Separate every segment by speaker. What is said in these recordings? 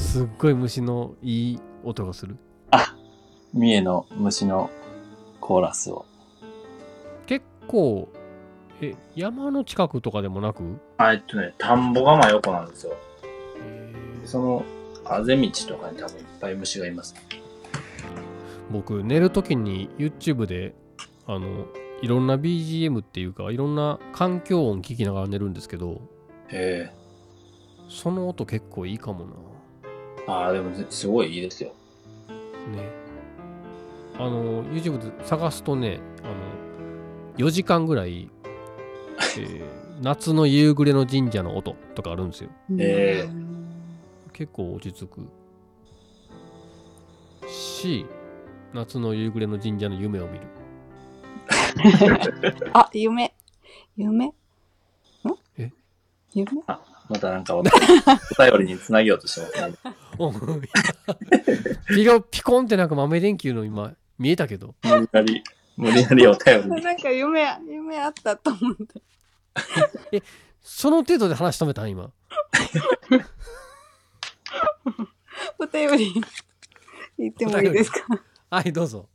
Speaker 1: すっごい虫のいい音がする。
Speaker 2: あ、三重の虫のコーラスを。
Speaker 1: 結構山の近くとかでもなく、
Speaker 2: 田んぼが真横なんですよ。そのあぜ道とかに多分いっぱい虫がいます。
Speaker 1: 僕寝るときに YouTube でいろんな BGM っていうかいろんな環境音聞きながら寝るんですけど、その音結構いいかもな。
Speaker 2: でもすごいいいですよ
Speaker 1: ね。YouTube で探すとね、4時間ぐらい、夏の夕暮れの神社の音とかあるんですよ。結構落ち着くし、夏の夕暮れの神社の夢を見る。
Speaker 3: 夢
Speaker 2: またなんかお便りにつなげようとしてますね。
Speaker 1: ピコンってなんか豆電球の今見えたけど、
Speaker 2: 無理やりお便りに
Speaker 3: なんか夢あったと思って。
Speaker 1: その程度で話止めたん今。
Speaker 3: お便り言ってもいいですか？
Speaker 1: はいどうぞ。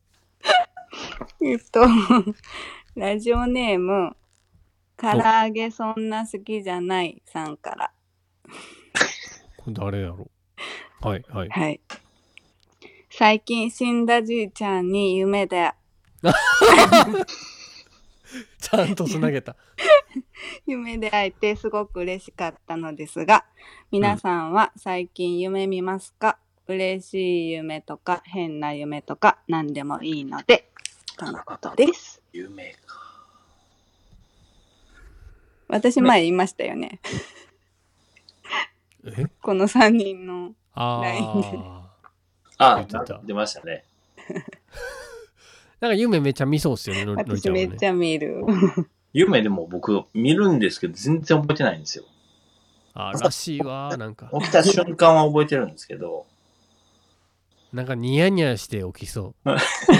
Speaker 3: ラジオネーム唐揚げそんな好きじゃないさんから。
Speaker 1: これ誰やろう。はい
Speaker 3: 最近死んだじいちゃんに夢で
Speaker 1: ちゃんとつなげた。
Speaker 3: 夢で会えてすごく嬉しかったのですが、皆さんは最近夢見ますか？嬉しい夢とか変な夢とか何でもいいのでとのことです。
Speaker 2: 夢か。
Speaker 3: 私前言いましたよね。この3人の LINE で。
Speaker 2: 出ましたね。
Speaker 1: なんか夢めっちゃ見そうっすよね。
Speaker 3: 私めっちゃ見る。
Speaker 2: 夢でも僕見るんですけど全然覚えてないんですよ。
Speaker 1: らしいわ。なんか
Speaker 2: 起きた瞬間は覚えてるんですけど、
Speaker 1: なんかニヤニヤして起きそう。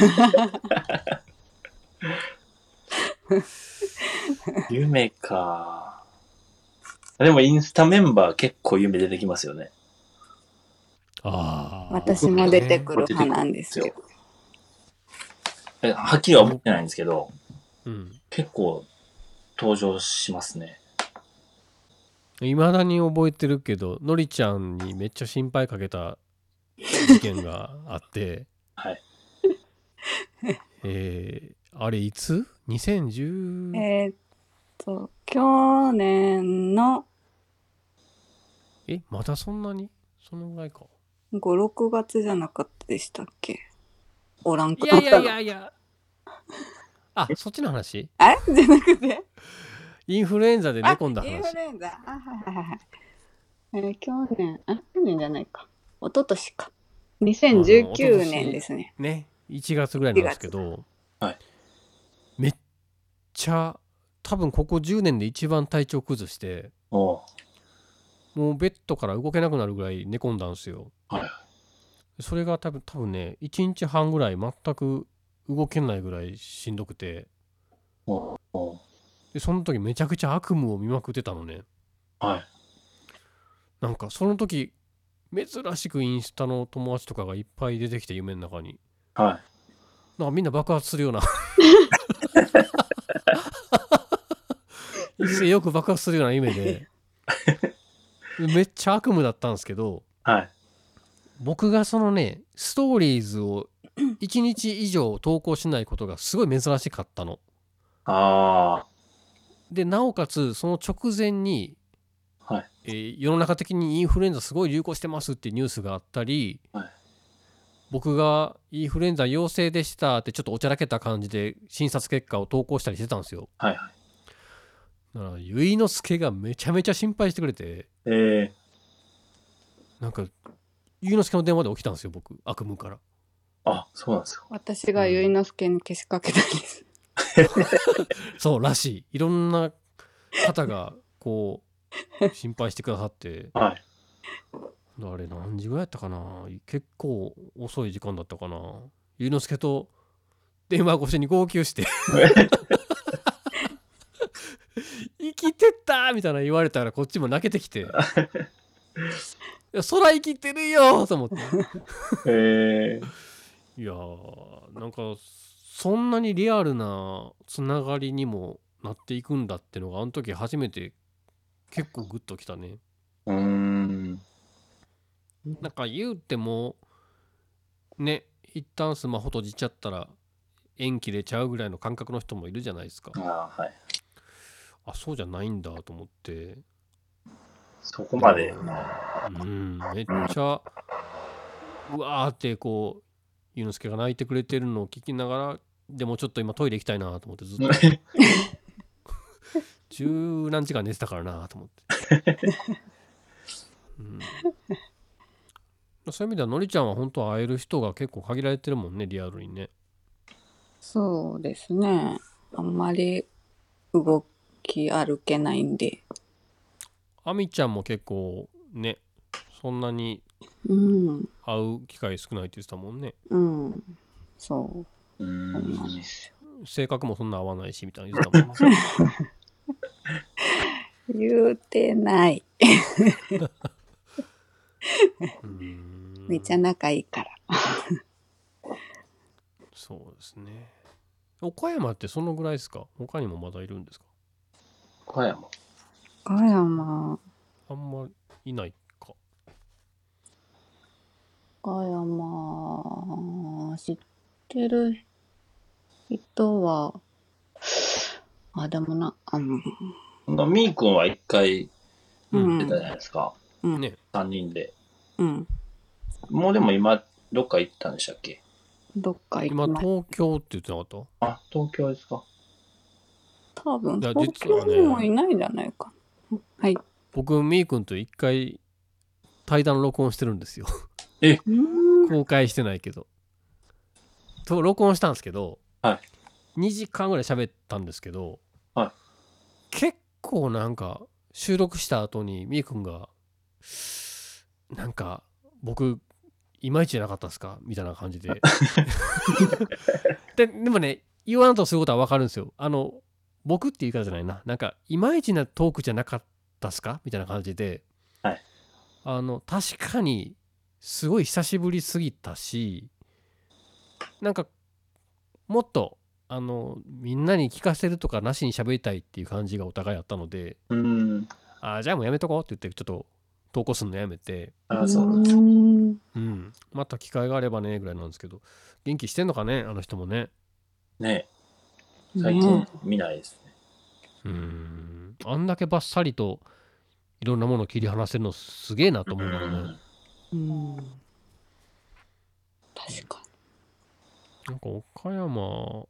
Speaker 2: 夢か。でもインスタメンバー結構夢出てきますよね。
Speaker 3: 私も出てくる派なんですよ。
Speaker 2: はっきりは覚えてないんですけど、結構登場しますね。
Speaker 1: 未だに覚えてるけど、のりちゃんにめっちゃ心配かけた事件があって、あれいつ ?2010
Speaker 3: 去年の
Speaker 1: またそんなにそのぐらいか。
Speaker 3: 5、6月じゃなかったでしたっけ？おらんか
Speaker 1: ったの。いやそっちの話？
Speaker 3: じゃなくて
Speaker 1: インフルエンザで寝込んだ話。
Speaker 3: インフルエンザ。去年じゃないか。一昨年か。2019年ですね。
Speaker 1: ね、1月ぐらいなんですけど、めっちゃ多分ここ10年で一番体調崩して、もうベッドから動けなくなるぐらい寝込んだんですよ。それが多分ね、1日半ぐらい全く動けないぐらいしんどくて、でその時めちゃくちゃ悪夢を見まくってたのね。なんかその時珍しくインスタの友達とかがいっぱい出てきて、夢の中になんかみんな爆発するような一斉よく爆発するような夢でめっちゃ悪夢だったんですけど、僕がそのねストーリーズを1日以上投稿しないことがすごい珍しかったの。でなおかつその直前に、世の中的にインフルエンザすごい流行してますっていうニュースがあったり、僕がインフルエンザ陽性でしたってちょっとおちゃらけた感じで診察結果を投稿したりしてたんですよ。だからゆいのすけがめちゃめちゃ心配してくれて、なんかゆいのすけの電話で起きたんですよ、僕悪夢から。
Speaker 2: そうなんですよ。
Speaker 3: 私がゆいのすけにけしかけたんです。
Speaker 1: そうらしい。いろんな方がこう心配してくださってあれ何時ぐらいやったかな、結構遅い時間だったかな。ゆいのすけと電話越しに号泣して生きてったみたいな言われたらこっちも泣けてきてや空生きてるよと思って。いやなんかそんなにリアルなつながりにもなっていくんだってのがあの時初めて結構グッときたね。なんか言うてもね、一旦スマホ閉じちゃったら縁切れちゃうぐらいの感覚の人もいるじゃないですか。
Speaker 2: はい。
Speaker 1: あ、そうじゃないんだと思って。
Speaker 2: そこまで。
Speaker 1: めっちゃうわーってこうゆうのすけが泣いてくれてるのを聞きながら、でもちょっと今トイレ行きたいなと思ってずっと十何時間寝てたからなと思って、そういう意味ではのりちゃんは本当は会える人が結構限られてるもんね、リアルにね。
Speaker 3: そうですね。あんまり動き歩けないんで。
Speaker 1: あみちゃんも結構ね、そんなに会う機会少ないって言ってたもんね。
Speaker 3: そう。そうなんですよ。
Speaker 1: 性格もそんな合わないしみたいな言ってたもんね。
Speaker 3: 言うてない。めっちゃ仲いいから。
Speaker 1: そうですね。岡山ってそのぐらいですか？他にもまだいるんですか？
Speaker 2: 岡山
Speaker 1: あんまいないか。
Speaker 3: 岡山知ってる人はでもな
Speaker 2: みーくんは一回出たじゃないですか。
Speaker 1: ね。
Speaker 2: 3人で。もうでも今どっか行ったんでしたっけ？
Speaker 3: どっか行きま
Speaker 1: 今東京って言ってなかった？
Speaker 2: 東京ですか？
Speaker 3: 多分東京にもいないんじゃないかな。はい。
Speaker 1: 僕みーくんと一回対談録音してるんですよ。公開してないけど。録音したんですけど、2時間ぐらい喋ったんですけど、結構なんか収録した後にみーくんがなんか僕いまいちじゃなかったですかみたいな感じででもね、言わんとすることは分かるんですよ。僕っていう言い方じゃないな、なんかいまいちなトークじゃなかったっすかみたいな感じで、確かにすごい久しぶりすぎたし、なんかもっとみんなに聞かせるとかなしに喋りたいっていう感じがお互いあったので、じゃあもうやめとこうって言ってちょっと投稿するのやめて、また機会があればねぐらいなんですけど、元気してんのかね、あの人もね。
Speaker 2: ね、最近見ないです
Speaker 1: ね。あんだけバッサリといろんなものを切り離せるのすげえなと思うんだよね。
Speaker 3: 確か
Speaker 1: に。なんか岡山、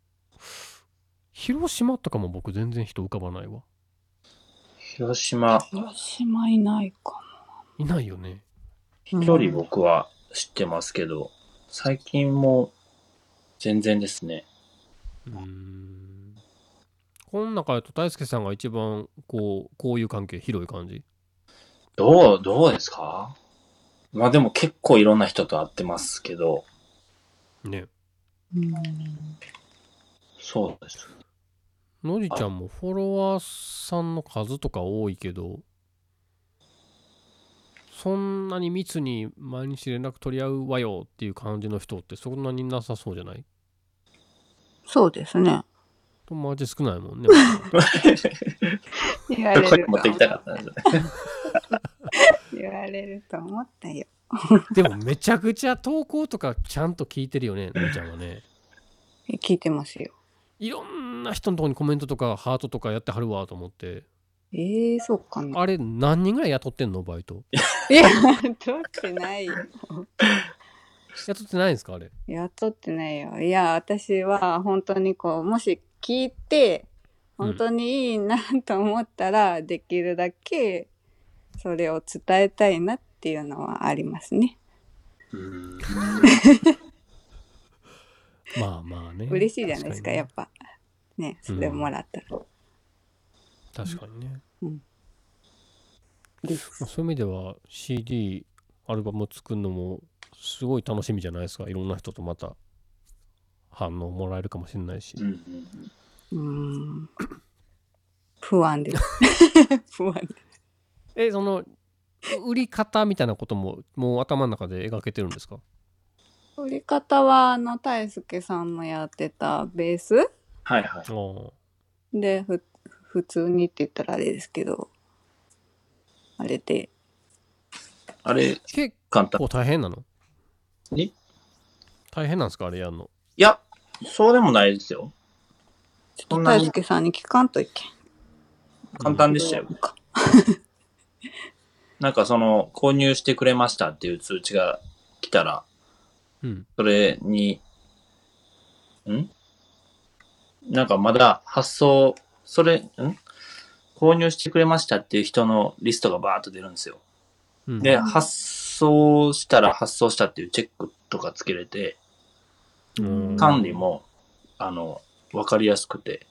Speaker 1: 広島とかも僕全然人浮かばないわ。
Speaker 3: 広島いないか
Speaker 1: も。いないよね。
Speaker 2: 一人僕は知ってますけど、最近も全然ですね。
Speaker 1: この中だと大輔さんが一番こういう関係広い感じ？
Speaker 2: どうですか？まあでも結構いろんな人と会ってますけど。
Speaker 1: ね。
Speaker 2: そうです。
Speaker 1: のりちゃんもフォロワーさんの数とか多いけど、そんなに密に毎日連絡取り合うわよっていう感じの人ってそんなになさそうじゃない？
Speaker 3: そうですね。
Speaker 1: 友達少ないもんね。
Speaker 3: 言われる
Speaker 2: 持ってきたかったんですよね。
Speaker 3: 言われると思ったよ。
Speaker 1: でもめちゃくちゃ投稿とかちゃんと聞いてるよね、のりちゃんはね。
Speaker 3: 聞いてますよ。
Speaker 1: いろんな人のとこにコメントとかハートとかやってはるわと思って。
Speaker 3: そうかな。
Speaker 1: あれ何人ぐらい雇ってんのバイト？
Speaker 3: いや、雇ってないよ。
Speaker 1: 雇ってないんですかあれ？
Speaker 3: 雇ってないよ。いや、私は本当にもし聞いて本当にいいなと思ったら、できるだけそれを伝えたいなっていうのはありますね。
Speaker 1: まあね。
Speaker 3: 嬉しいじゃないですか、やっぱね、それもらったら。
Speaker 1: 確かにね。そういう意味では CD アルバム作るのもすごい楽しみじゃないですか。いろんな人とまた反応もらえるかもしれないし。
Speaker 3: 不安です。不安です。
Speaker 1: その売り方みたいなことももう頭の中で描けてるんですか？
Speaker 3: 売り方は大輔さんもやってたベース
Speaker 2: はいはい。
Speaker 3: で普通にって言ったらあれですけど、あれで
Speaker 2: あれ
Speaker 1: 結構大変なの？大変なんですかあれやんの？
Speaker 2: いや、そうでもないですよ。
Speaker 3: ちょっと大輔さんに聞かんといけん。
Speaker 2: 簡単でしたよ。なんか購入してくれましたっていう通知が来たら、それに、なんかまだ購入してくれましたっていう人のリストがバーッと出るんですよ。で、発送したら発送したっていうチェックとかつけれて、管理も、わかりやすくて、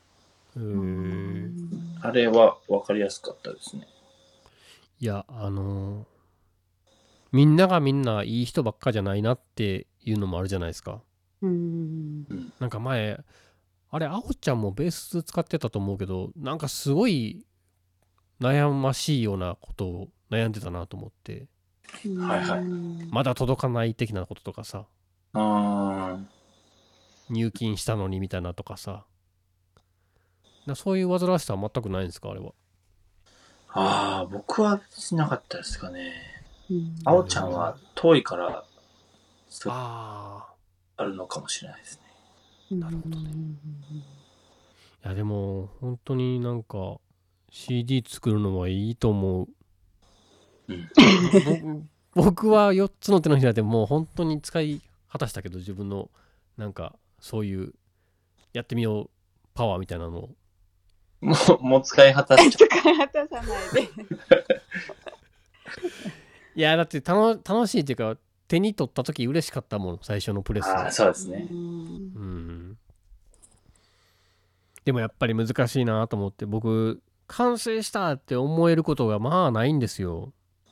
Speaker 2: あれはわかりやすかったですね。
Speaker 1: いや、みんながみんないい人ばっかじゃないなっていうのもあるじゃないですか。なんか前、あれ、あおちゃんもベース使ってたと思うけど、なんかすごい悩ましいようなことを悩んでたなと思って。
Speaker 2: はいはい。
Speaker 1: まだ届かない的なこととかさ。入金したのにみたいなとかさ。そういう煩わしさは全くないんですかあれは。
Speaker 2: 僕はしなかったですかね。あおちゃんは遠いからあるのかもしれないです
Speaker 1: ね。なるほどね。いやでも本当になんか CD 作るのはいいと思う。僕は4つの手のひらでもう本当に使い果たしたけど、自分のなんかそういうやってみようパワーみたいなのを
Speaker 2: もう使い果たし
Speaker 3: 使い果たさないで
Speaker 1: いやだって楽しいっていうか、手に取った時嬉しかったもん、最初のプレス。
Speaker 2: そうですね。
Speaker 1: でもやっぱり難しいなと思って、僕完成したって思えることがまあないんですよ。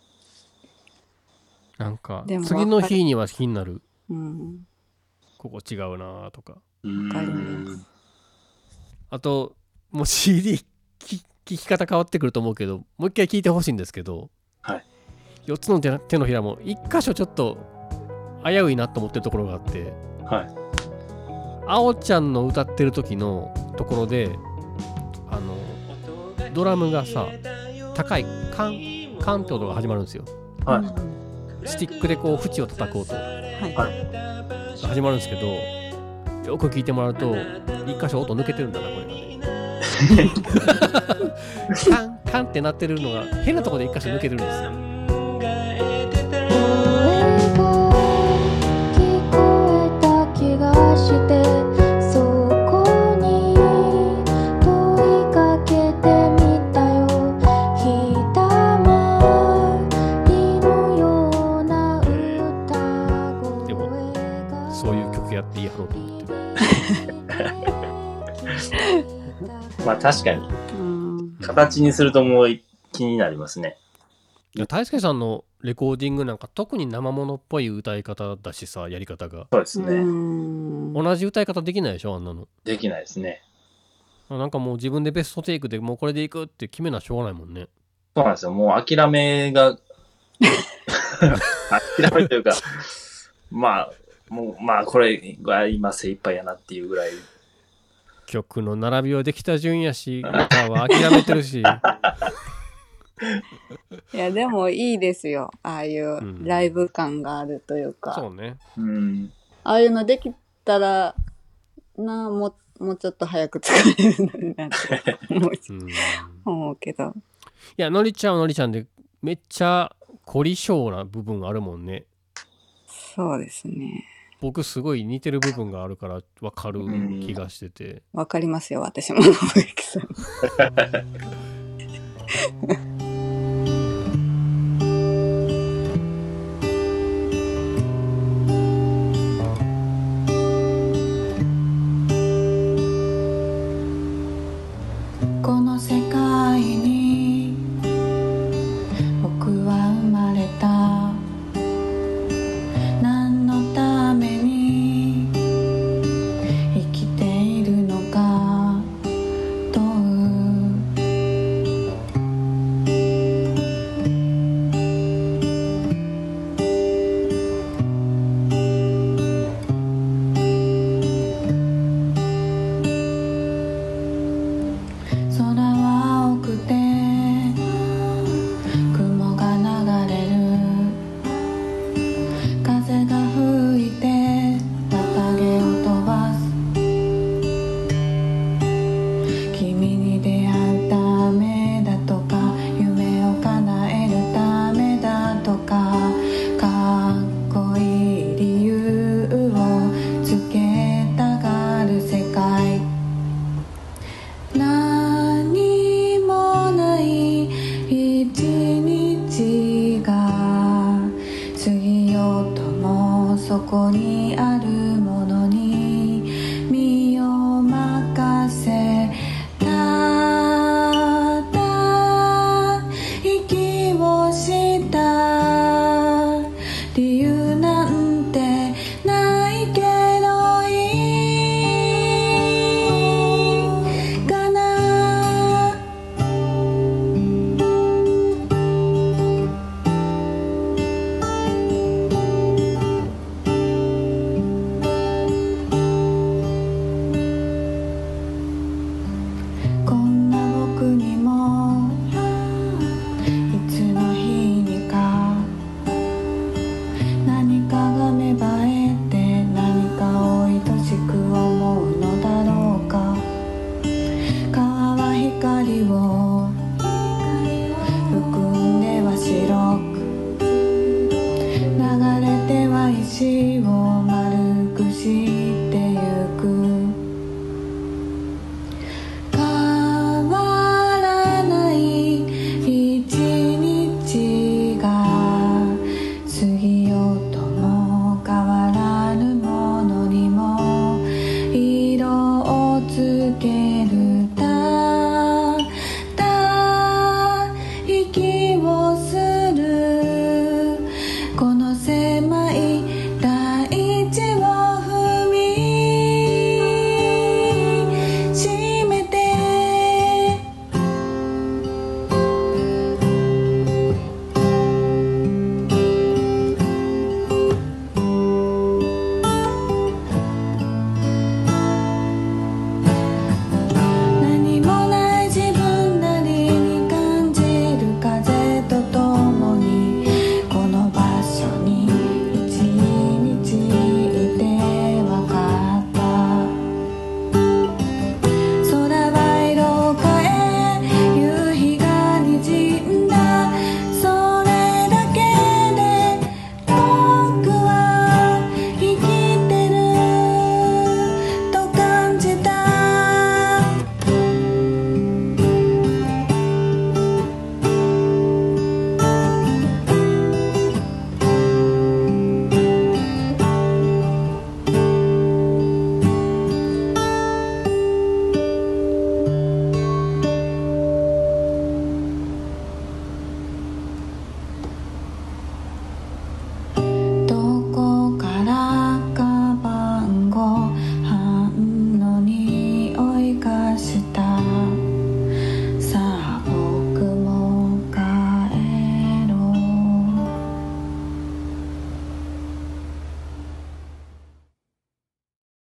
Speaker 1: なんか次の日には気になる、ここ違うなとか。あともう CD 聴き方変わってくると思うけど、もう一回聴いてほしいんですけど、4つの手のひらも一箇所ちょっと危ういなと思ってるところがあって、あおちゃんの歌ってる時のところでドラムがさ、高いカンカンって音が始まるんですよ。スティックでこう縁を叩く音が始まるんですけど、よく聞いてもらうと一箇所音抜けてるんだなこれがねカンカンってなってるのが変なところで一箇所抜けてるんですよ。やっていいやろうと思って
Speaker 2: まあ確かに形にするともう気になりますね。
Speaker 1: いや大輔さんのレコーディングなんか特に生ものっぽい歌い方だしさ、やり方が。
Speaker 2: そうですね。
Speaker 1: 同じ歌い方できないでしょあんなの。
Speaker 2: できないですね。
Speaker 1: なんかもう自分でベストテイクでもうこれでいくって決めなしょうがないもんね。
Speaker 2: そうなんですよ。もう諦めが諦めというかまあこれが今精一杯やなっていうぐらい。
Speaker 1: 曲の並びはできた順やし、歌は諦めてるし。
Speaker 3: いやでもいいですよ、ああいうライブ感があるというか。
Speaker 1: そうね。
Speaker 3: ああいうのできたらもうちょっと早く使えるのになって思うけど。
Speaker 1: いやのりちゃんはのりちゃんでめっちゃ凝り性な部分あるもんね。
Speaker 3: そうですね。
Speaker 1: 僕すごい似てる部分があるから分かる気がしてて。
Speaker 3: 分かりますよ私も信之さん。
Speaker 4: この世界に僕は生まれた。何のために生きているのか問う。 そこにある